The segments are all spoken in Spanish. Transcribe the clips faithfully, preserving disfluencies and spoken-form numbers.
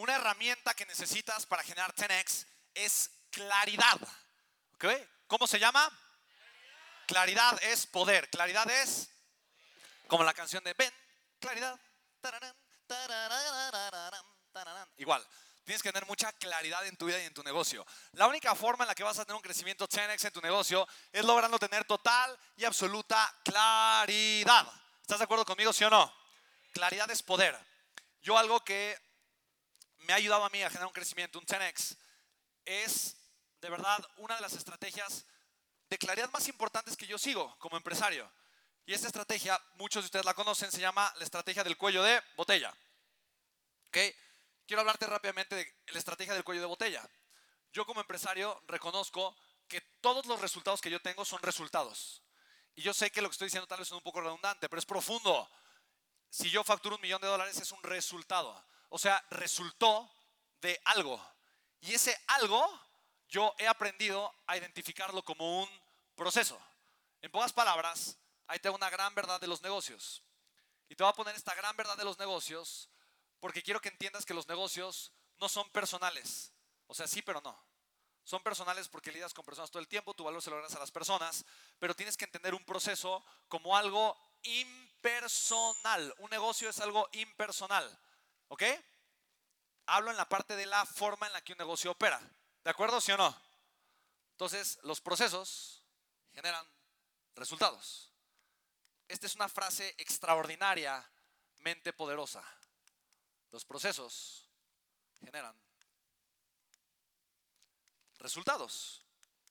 una herramienta que necesitas para generar diez equis es claridad. ¿Ok? ¿Cómo se llama? Claridad es poder. Claridad es como la canción de Ven, claridad. Tararán, tarararararán, tararán. Igual, tienes que tener mucha claridad en tu vida y en tu negocio. La única forma en la que vas a tener un crecimiento diez equis en tu negocio es logrando tener total y absoluta claridad. ¿Estás de acuerdo conmigo, sí o no? Claridad es poder. Yo algo que me ha ayudado a mí a generar un crecimiento, un diez equis, es de verdad una de las estrategias de claridad más importantes que yo sigo como empresario. Y esta estrategia, muchos de ustedes la conocen, se llama la estrategia del cuello de botella. ¿Ok? Quiero hablarte rápidamente de la estrategia del cuello de botella. Yo como empresario reconozco que todos los resultados que yo tengo son resultados. Y yo sé que lo que estoy diciendo tal vez es un poco redundante, pero es profundo. Si yo facturo un millón de dólares es un resultado. O sea, resultó de algo. Y ese algo yo he aprendido a identificarlo como un proceso. En pocas palabras, ahí tengo una gran verdad de los negocios. Y te voy a poner esta gran verdad de los negocios porque quiero que entiendas que los negocios no son personales. O sea, sí, pero no. Son personales porque lidias con personas todo el tiempo, tu valor se lo ganas a las personas, pero tienes que entender un proceso como algo impersonal. Un negocio es algo impersonal. ¿Ok? Hablo en la parte de la forma en la que un negocio opera. ¿De acuerdo, sí o no? Entonces, los procesos generan resultados. Esta es una frase extraordinariamente poderosa. Los procesos generan resultados.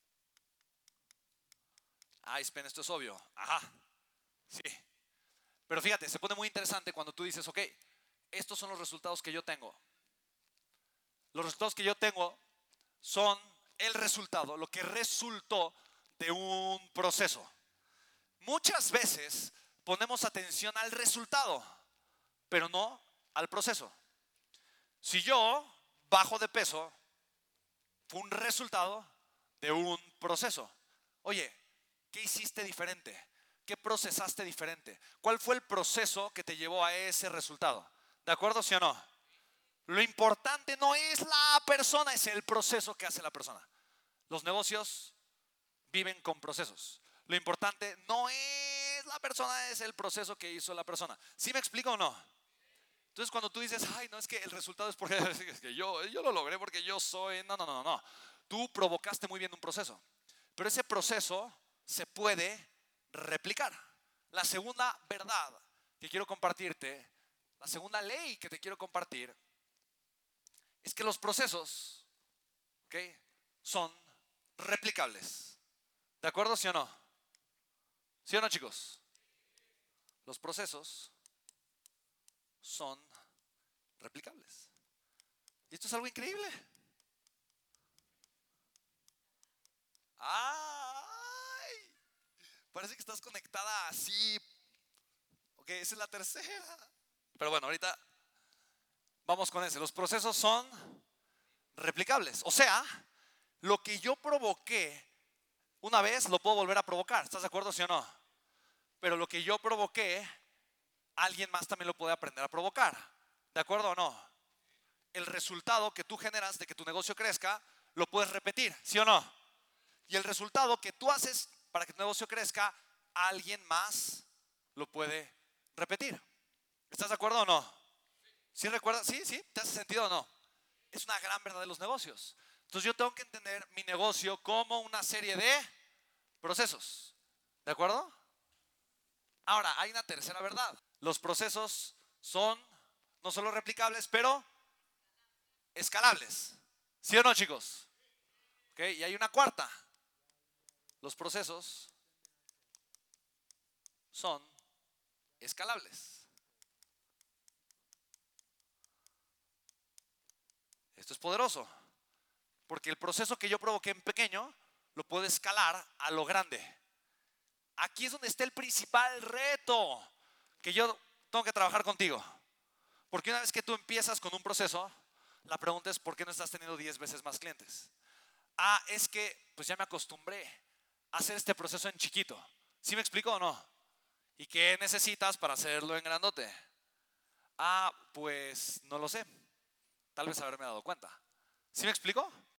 Ay, Spen, esto es obvio. Ajá, sí. Pero fíjate, se pone muy interesante cuando tú dices, ok, estos son los resultados que yo tengo. Los resultados que yo tengo son el resultado, lo que resultó de un proceso. Muchas veces ponemos atención al resultado, pero no al proceso. Si yo bajo de peso, fue un resultado de un proceso. Oye, ¿qué hiciste diferente? ¿Qué procesaste diferente? ¿Cuál fue el proceso que te llevó a ese resultado? ¿De acuerdo, sí o no? Lo importante no es la persona, es el proceso que hace la persona. Los negocios viven con procesos. Lo importante no es la persona, es el proceso que hizo la persona. ¿Sí me explico o no? Entonces cuando tú dices, ay, no, es que el resultado es porque es que yo, yo lo logré porque yo soy... No, no, no, no. Tú provocaste muy bien un proceso. Pero ese proceso se puede replicar. La segunda verdad que quiero compartirte, la segunda ley que te quiero compartir, es que los procesos, ¿ok?, son replicables. ¿De acuerdo, sí o no? ¿Sí o no, chicos? Los procesos son replicables. Y esto es algo increíble. ¡Ay! Parece que estás conectada así. Ok, esa es la tercera. Pero bueno, ahorita vamos con ese. Los procesos son replicables. O sea, lo que yo provoqué una vez lo puedo volver a provocar. ¿Estás de acuerdo, sí o no? Pero lo que yo provoqué, alguien más también lo puede aprender a provocar. ¿De acuerdo o no? El resultado que tú generas de que tu negocio crezca, lo puedes repetir, ¿sí o no? Y el resultado que tú haces para que tu negocio crezca, alguien más lo puede repetir. ¿Estás de acuerdo o no? ¿Sí recuerdas? ¿Sí? ¿Sí? ¿Te hace sentido o no? Es una gran verdad de los negocios. Entonces yo tengo que entender mi negocio como una serie de procesos. ¿De acuerdo? Ahora, hay una tercera verdad. Los procesos son no solo replicables, pero escalables. ¿Sí o no, chicos? ¿Ok? Y hay una cuarta. Los procesos son escalables. Esto es poderoso, porque el proceso que yo provoqué en pequeño lo puedo escalar a lo grande. Aquí es donde está el principal reto que yo tengo que trabajar contigo. Porque una vez que tú empiezas con un proceso, la pregunta es: ¿por qué no estás teniendo diez veces más clientes? Ah, es que pues ya me acostumbré a hacer este proceso en chiquito. ¿Sí me explico o no? ¿Y qué necesitas para hacerlo en grandote? Ah, pues no lo sé. tal vez haberme dado cuenta. ¿Sí me explico?